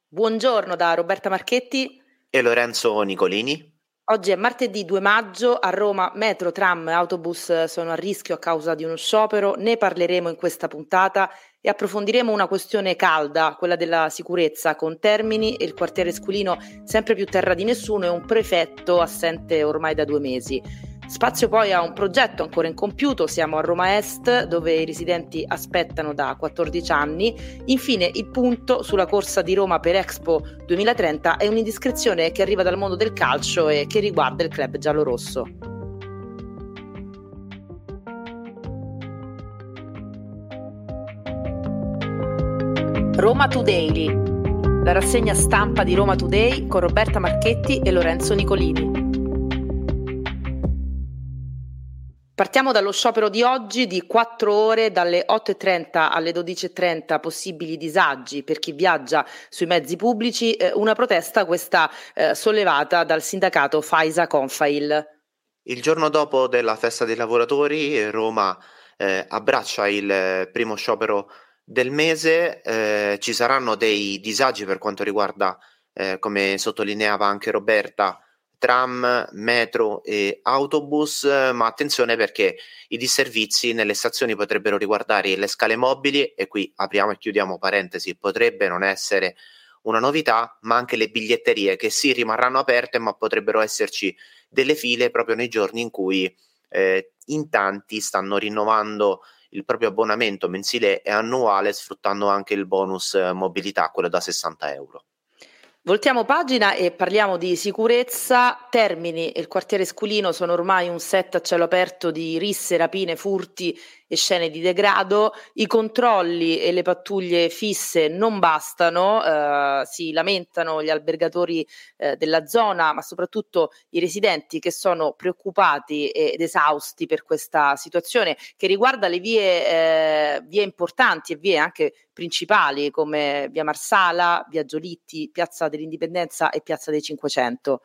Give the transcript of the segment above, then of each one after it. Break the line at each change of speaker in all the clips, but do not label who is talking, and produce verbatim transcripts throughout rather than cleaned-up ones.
Buongiorno da Roberta Marchetti
e Lorenzo Nicolini.
Oggi è martedì due maggio, a Roma metro, tram e autobus sono a rischio a causa di uno sciopero, ne parleremo in questa puntata e approfondiremo una questione calda, quella della sicurezza, con Termini e il quartiere Esquilino sempre più terra di nessuno e un prefetto assente ormai da due mesi. Spazio poi a un progetto ancora incompiuto, siamo a Roma Est dove i residenti aspettano da quattordici anni. Infine il punto sulla corsa di Roma per Expo duemilatrenta è un'indiscrezione che arriva dal mondo del calcio e che riguarda il club giallorosso. Roma Today, la rassegna stampa di Roma Today con Roberta Marchetti e Lorenzo Nicolini. Partiamo dallo sciopero di oggi di quattro ore, dalle otto e trenta alle dodici e trenta, possibili disagi per chi viaggia sui mezzi pubblici, eh, una protesta questa eh, sollevata dal sindacato Faisa Confail.
Il giorno dopo della festa dei lavoratori, Roma eh, abbraccia il primo sciopero del mese, eh, ci saranno dei disagi per quanto riguarda, eh, come sottolineava anche Roberta, tram, metro e autobus, ma attenzione perché i disservizi nelle stazioni potrebbero riguardare le scale mobili, e qui apriamo e chiudiamo parentesi, potrebbe non essere una novità, ma anche le biglietterie che sì rimarranno aperte, ma potrebbero esserci delle file proprio nei giorni in cui eh, in tanti stanno rinnovando il proprio abbonamento mensile e annuale sfruttando anche il bonus mobilità, quello da sessanta euro.
Voltiamo pagina e parliamo di sicurezza. Termini e il quartiere Esquilino sono ormai un set a cielo aperto di risse, rapine, furti e scene di degrado. I controlli e le pattuglie fisse non bastano, eh, si lamentano gli albergatori eh, della zona, ma soprattutto i residenti che sono preoccupati ed esausti per questa situazione che riguarda le vie, eh, vie importanti e vie anche principali come via Marsala, via Giolitti, piazza dell'Indipendenza e piazza dei Cinquecento.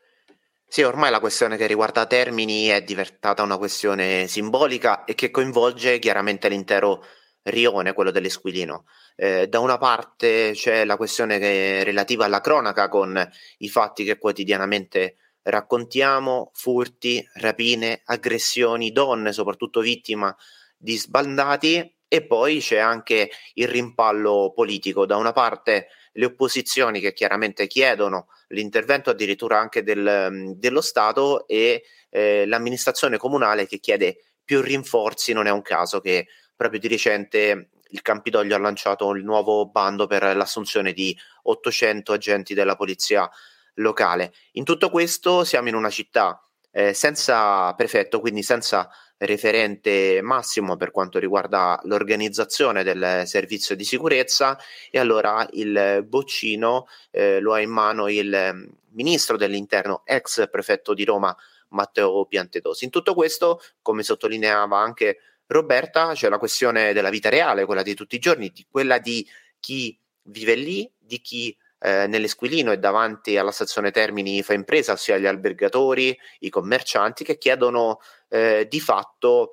Sì, ormai la questione che riguarda Termini è diventata una questione simbolica e che coinvolge chiaramente l'intero rione, quello dell'Esquilino. Eh, da una parte c'è la questione che è relativa alla cronaca, con i fatti che quotidianamente raccontiamo, furti, rapine, aggressioni, donne soprattutto vittima di sbandati, e poi c'è anche il rimpallo politico. Da una parte le opposizioni che chiaramente chiedono l'intervento addirittura anche del, dello Stato e eh, l'amministrazione comunale che chiede più rinforzi. Non è un caso che proprio di recente il Campidoglio ha lanciato il nuovo bando per l'assunzione di ottocento agenti della polizia locale. In tutto questo siamo in una città eh, senza prefetto, quindi senza referente massimo per quanto riguarda l'organizzazione del servizio di sicurezza, e allora il boccino eh, lo ha in mano il ministro dell'interno, ex prefetto di Roma Matteo Piantedosi. In tutto questo, come sottolineava anche Roberta, c'è la questione della vita reale, quella di tutti i giorni, di quella di chi vive lì, di chi eh, nell'Esquilino e davanti alla stazione Termini fa impresa, ossia gli albergatori, i commercianti che chiedono eh, di fatto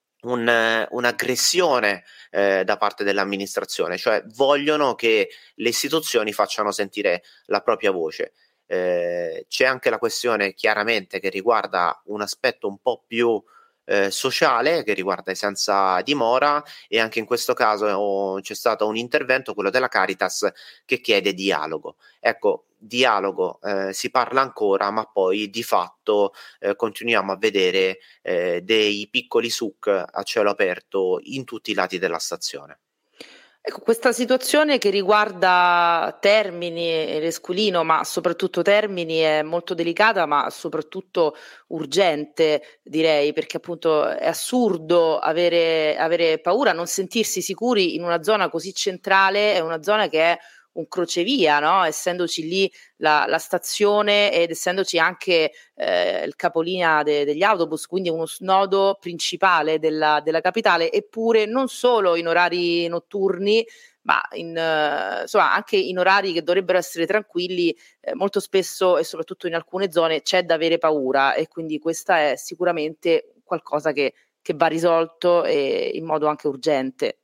un, un'aggressione eh, da parte dell'amministrazione, cioè vogliono che le istituzioni facciano sentire la propria voce. Eh, c'è anche la questione chiaramente che riguarda un aspetto un po' più eh, sociale, che riguarda i senza dimora, e anche in questo caso oh, c'è stato un intervento, quello della Caritas, che chiede dialogo. Ecco, dialogo eh, si parla ancora, ma poi di fatto eh, continuiamo a vedere eh, dei piccoli suc a cielo aperto in tutti i lati della stazione.
Ecco, questa situazione che riguarda Termini e l'Esquilino, ma soprattutto Termini, è molto delicata, ma soprattutto urgente, direi, perché appunto è assurdo avere, avere paura, non sentirsi sicuri in una zona così centrale. È una zona che è un crocevia, no? Essendoci lì la, la stazione ed essendoci anche eh, il capolinea de, degli autobus, quindi uno snodo principale della, della capitale, eppure non solo in orari notturni, ma in, eh, insomma, anche in orari che dovrebbero essere tranquilli, eh, molto spesso e soprattutto in alcune zone c'è da avere paura, e quindi questa è sicuramente qualcosa che, che va risolto e in modo anche urgente.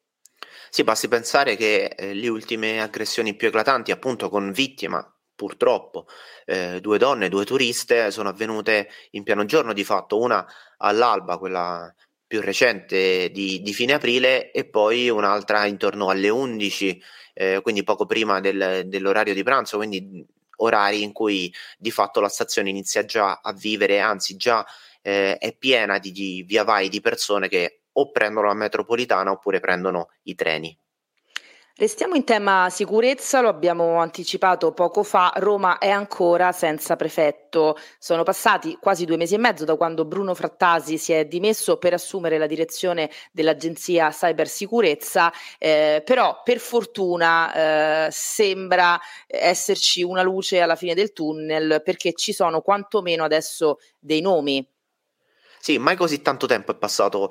Sì, basti pensare che eh, le ultime aggressioni più eclatanti, appunto con vittima, purtroppo, eh, due donne, due turiste, sono avvenute in pieno giorno di fatto, una all'alba, quella più recente di, di fine aprile, e poi un'altra intorno alle undici, eh, quindi poco prima del, dell'orario di pranzo, quindi orari in cui di fatto la stazione inizia già a vivere, anzi già eh, è piena di, di via vai di persone che o prendono la metropolitana oppure prendono i treni.
Restiamo in tema sicurezza, lo abbiamo anticipato poco fa, Roma è ancora senza prefetto. Sono passati quasi due mesi e mezzo da quando Bruno Frattasi si è dimesso per assumere la direzione dell'agenzia cybersicurezza, eh, però per fortuna eh, sembra esserci una luce alla fine del tunnel, perché ci sono quantomeno adesso dei nomi.
Sì, mai così tanto tempo è passato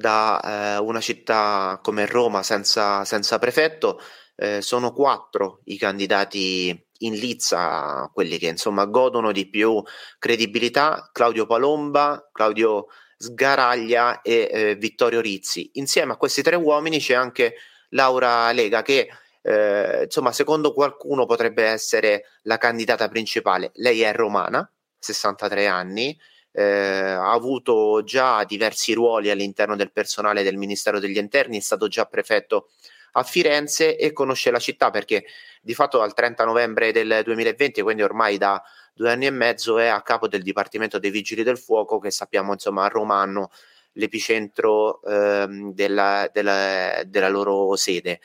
da eh, una città come Roma senza, senza prefetto. Eh, sono quattro i candidati in lizza, quelli che insomma godono di più credibilità: Claudio Palomba, Claudio Sgaraglia e eh, Vittorio Rizzi. Insieme a questi tre uomini c'è anche Laura Lega, che eh, insomma secondo qualcuno potrebbe essere la candidata principale. Lei è romana, sessantatré anni. Eh, ha avuto già diversi ruoli all'interno del personale del Ministero degli Interni, è stato già prefetto a Firenze e conosce la città perché di fatto dal trenta novembre del duemilaventi, quindi ormai da due anni e mezzo, è a capo del Dipartimento dei Vigili del Fuoco, che sappiamo insomma a Roma hanno l'epicentro ehm, della, della, della loro sede.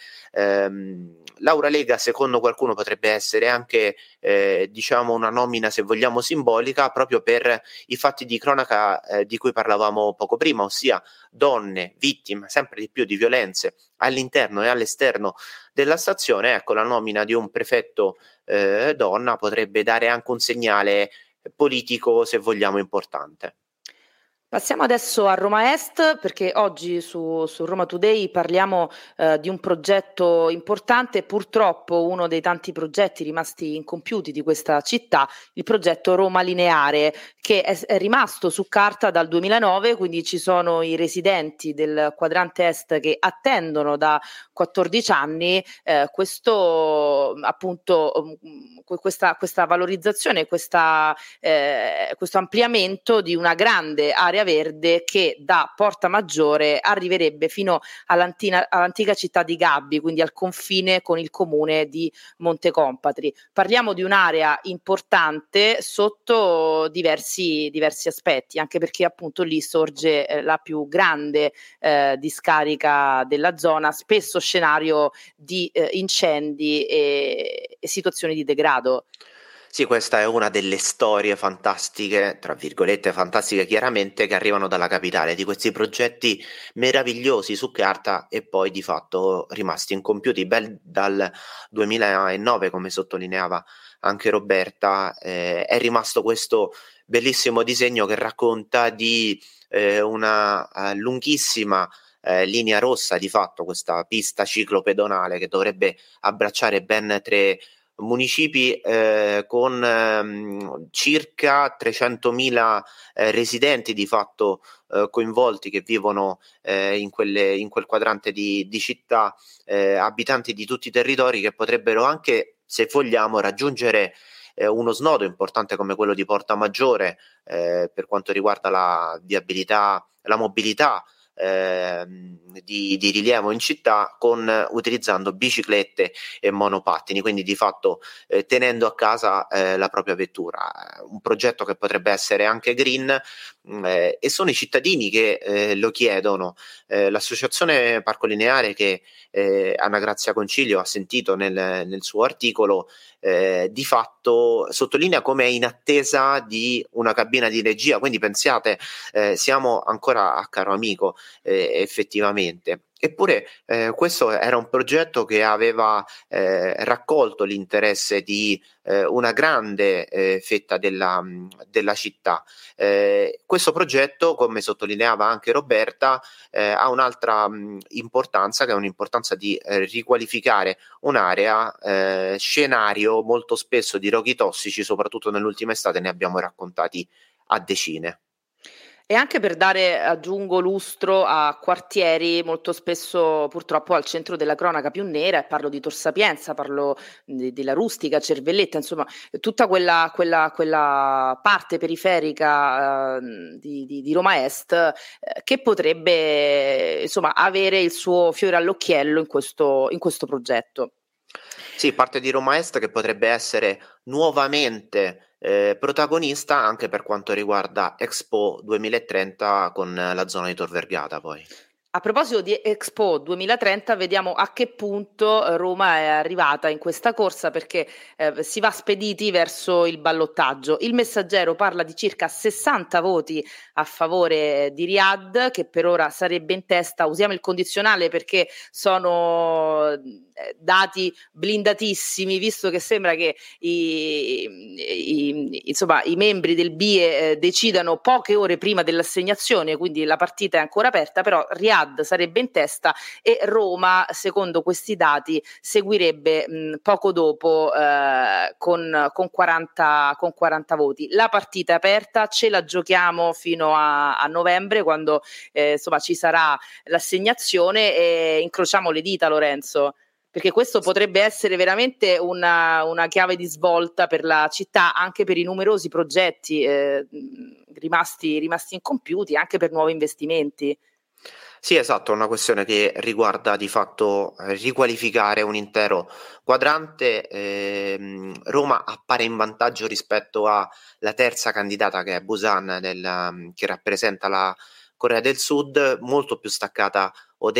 Ehm, Laura Lega, secondo qualcuno, potrebbe essere anche eh, diciamo una nomina, se vogliamo, simbolica, proprio per i fatti di cronaca eh, di cui parlavamo poco prima, ossia donne vittime sempre di più di violenze all'interno e all'esterno della stazione. Ecco, la nomina di un prefetto eh, donna potrebbe dare anche un segnale politico, se vogliamo, importante.
Passiamo adesso a Roma Est, perché oggi su, su Roma Today parliamo eh, di un progetto importante, purtroppo uno dei tanti progetti rimasti incompiuti di questa città, il progetto Roma Lineare, che è, è rimasto su carta dal duemilanove, quindi ci sono i residenti del quadrante est che attendono da quattordici anni eh, questo appunto um, questa, questa valorizzazione, questa, eh, questo ampliamento di una grande area verde che da Porta Maggiore arriverebbe fino all'antica città di Gabbi, quindi al confine con il comune di Montecompatri. Parliamo di un'area importante sotto diversi, diversi aspetti, anche perché appunto lì sorge eh, la più grande eh, discarica della zona, spesso scenario di eh, incendi e, e situazioni di degrado.
Sì, questa è una delle storie fantastiche, tra virgolette fantastiche chiaramente, che arrivano dalla capitale, di questi progetti meravigliosi su carta e poi di fatto rimasti incompiuti. Bel dal duemilanove, come sottolineava anche Roberta, eh, è rimasto questo bellissimo disegno che racconta di eh, una uh, lunghissima eh, linea rossa, di fatto questa pista ciclopedonale che dovrebbe abbracciare ben tre municipi eh, con ehm, circa trecentomila eh, residenti di fatto eh, coinvolti, che vivono eh, in, quelle, in quel quadrante di, di città, eh, abitanti di tutti i territori che potrebbero anche, se vogliamo, raggiungere eh, uno snodo importante come quello di Porta Maggiore eh, per quanto riguarda la viabilità, la mobilità eh, di, di rilievo in città, con utilizzando biciclette e monopattini, quindi di fatto eh, tenendo a casa eh, la propria vettura. Un progetto che potrebbe essere anche green mh, eh, e sono i cittadini che eh, lo chiedono. Eh, l'associazione Parco Lineare, che eh, Anna Grazia Concilio ha sentito nel, nel suo articolo, eh, di fatto sottolinea come è in attesa di una cabina di regia, quindi pensiate, eh, siamo ancora a caro amico eh, effettivamente. Eppure eh, questo era un progetto che aveva eh, raccolto l'interesse di eh, una grande eh, fetta della, della città. Eh, questo progetto, come sottolineava anche Roberta, eh, ha un'altra mh, importanza, che è un'importanza di eh, riqualificare un'area eh, scenario molto spesso di roghi tossici, soprattutto nell'ultima estate ne abbiamo raccontati a decine.
E anche per dare, aggiungo, lustro a quartieri molto spesso purtroppo al centro della cronaca più nera, e parlo di Tor Sapienza, parlo di, della Rustica, Cervelletta, insomma tutta quella, quella, quella parte periferica eh, di, di, di Roma Est eh, che potrebbe insomma avere il suo fiore all'occhiello in questo, in questo progetto.
Sì, parte di Roma Est che potrebbe essere nuovamente eh, protagonista anche per quanto riguarda Expo duemilatrenta con la zona di Tor Vergata poi.
A proposito di Expo duemilatrenta, vediamo a che punto Roma è arrivata in questa corsa, perché eh, si va spediti verso il ballottaggio. Il Messaggero parla di circa sessanta voti a favore di Riyadh, che per ora sarebbe in testa. Usiamo il condizionale perché sono dati blindatissimi, visto che sembra che i, i, insomma, i membri del B I E eh, decidano poche ore prima dell'assegnazione, quindi la partita è ancora aperta, però Riyadh sarebbe in testa e Roma, secondo questi dati, seguirebbe mh, poco dopo eh, con, con, quaranta, con quaranta voti. La partita è aperta, ce la giochiamo fino a, a novembre, quando eh, insomma ci sarà l'assegnazione, e incrociamo le dita, Lorenzo, perché questo potrebbe essere veramente una, una chiave di svolta per la città, anche per i numerosi progetti eh, rimasti, rimasti incompiuti, anche per nuovi investimenti.
Sì, esatto, è una questione che riguarda di fatto riqualificare un intero quadrante. Eh, Roma appare in vantaggio rispetto alla terza candidata, che è Busan, del, che rappresenta la Corea del Sud, molto più staccata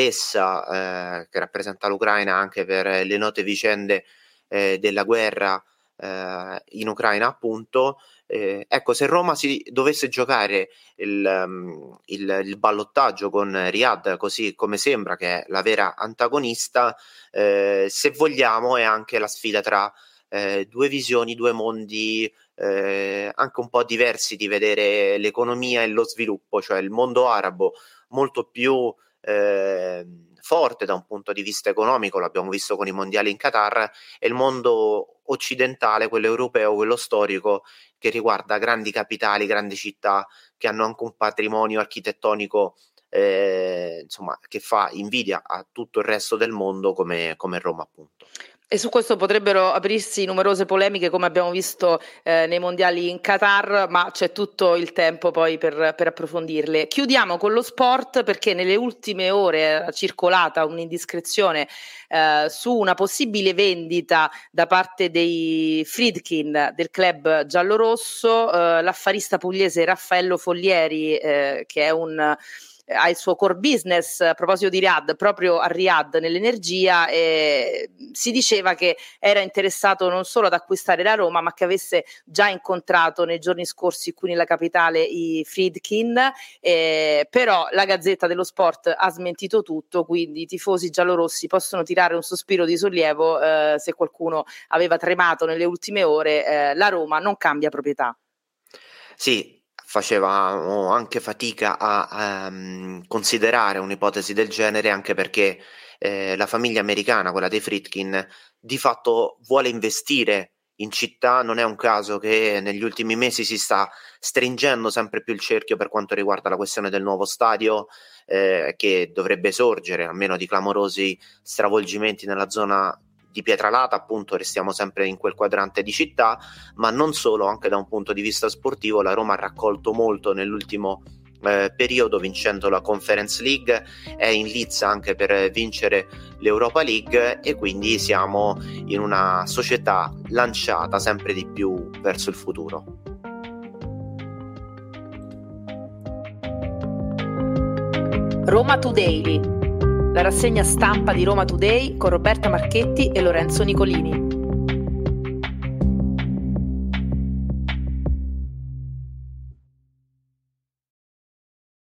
Odessa, eh, che rappresenta l'Ucraina anche per le note vicende eh, della guerra eh, in Ucraina, appunto. Eh, ecco, se Roma si dovesse giocare il, um, il, il ballottaggio con Riyadh, così come sembra che è la vera antagonista, eh, se vogliamo è anche la sfida tra eh, due visioni, due mondi eh, anche un po' diversi di vedere l'economia e lo sviluppo, cioè il mondo arabo molto più eh, forte da un punto di vista economico, l'abbiamo visto con i mondiali in Qatar, e il mondo occidentale, quello europeo, quello storico, che riguarda grandi capitali, grandi città che hanno anche un patrimonio architettonico eh, insomma, che fa invidia a tutto il resto del mondo, come, come Roma, appunto.
E su questo potrebbero aprirsi numerose polemiche, come abbiamo visto eh, nei mondiali in Qatar, ma c'è tutto il tempo poi per, per approfondirle. Chiudiamo con lo sport, perché nelle ultime ore è circolata un'indiscrezione eh, su una possibile vendita da parte dei Friedkin del club giallorosso. Eh, l'affarista pugliese Raffaello Follieri, eh, che è un ha il suo core business, a proposito di Riyadh, proprio a Riyadh nell'energia, e si diceva che era interessato non solo ad acquistare la Roma, ma che avesse già incontrato nei giorni scorsi qui nella capitale i Friedkin, eh, però la Gazzetta dello Sport ha smentito tutto, quindi i tifosi giallorossi possono tirare un sospiro di sollievo. Eh, se qualcuno aveva tremato nelle ultime ore, eh, la Roma non cambia proprietà.
Sì, facevamo anche fatica a um, considerare un'ipotesi del genere, anche perché eh, la famiglia americana, quella dei Friedkin, di fatto vuole investire in città. Non è un caso che negli ultimi mesi si sta stringendo sempre più il cerchio per quanto riguarda la questione del nuovo stadio eh, che dovrebbe sorgere, a meno di clamorosi stravolgimenti nella zona di Pietralata, appunto. Restiamo sempre in quel quadrante di città, ma non solo, anche da un punto di vista sportivo la Roma ha raccolto molto nell'ultimo eh, periodo, vincendo la Conference League, è in lizza anche per vincere l'Europa League, e quindi siamo in una società lanciata sempre di più verso il futuro.
Roma Today, la rassegna stampa di Roma Today con Roberta Marchetti e Lorenzo Nicolini.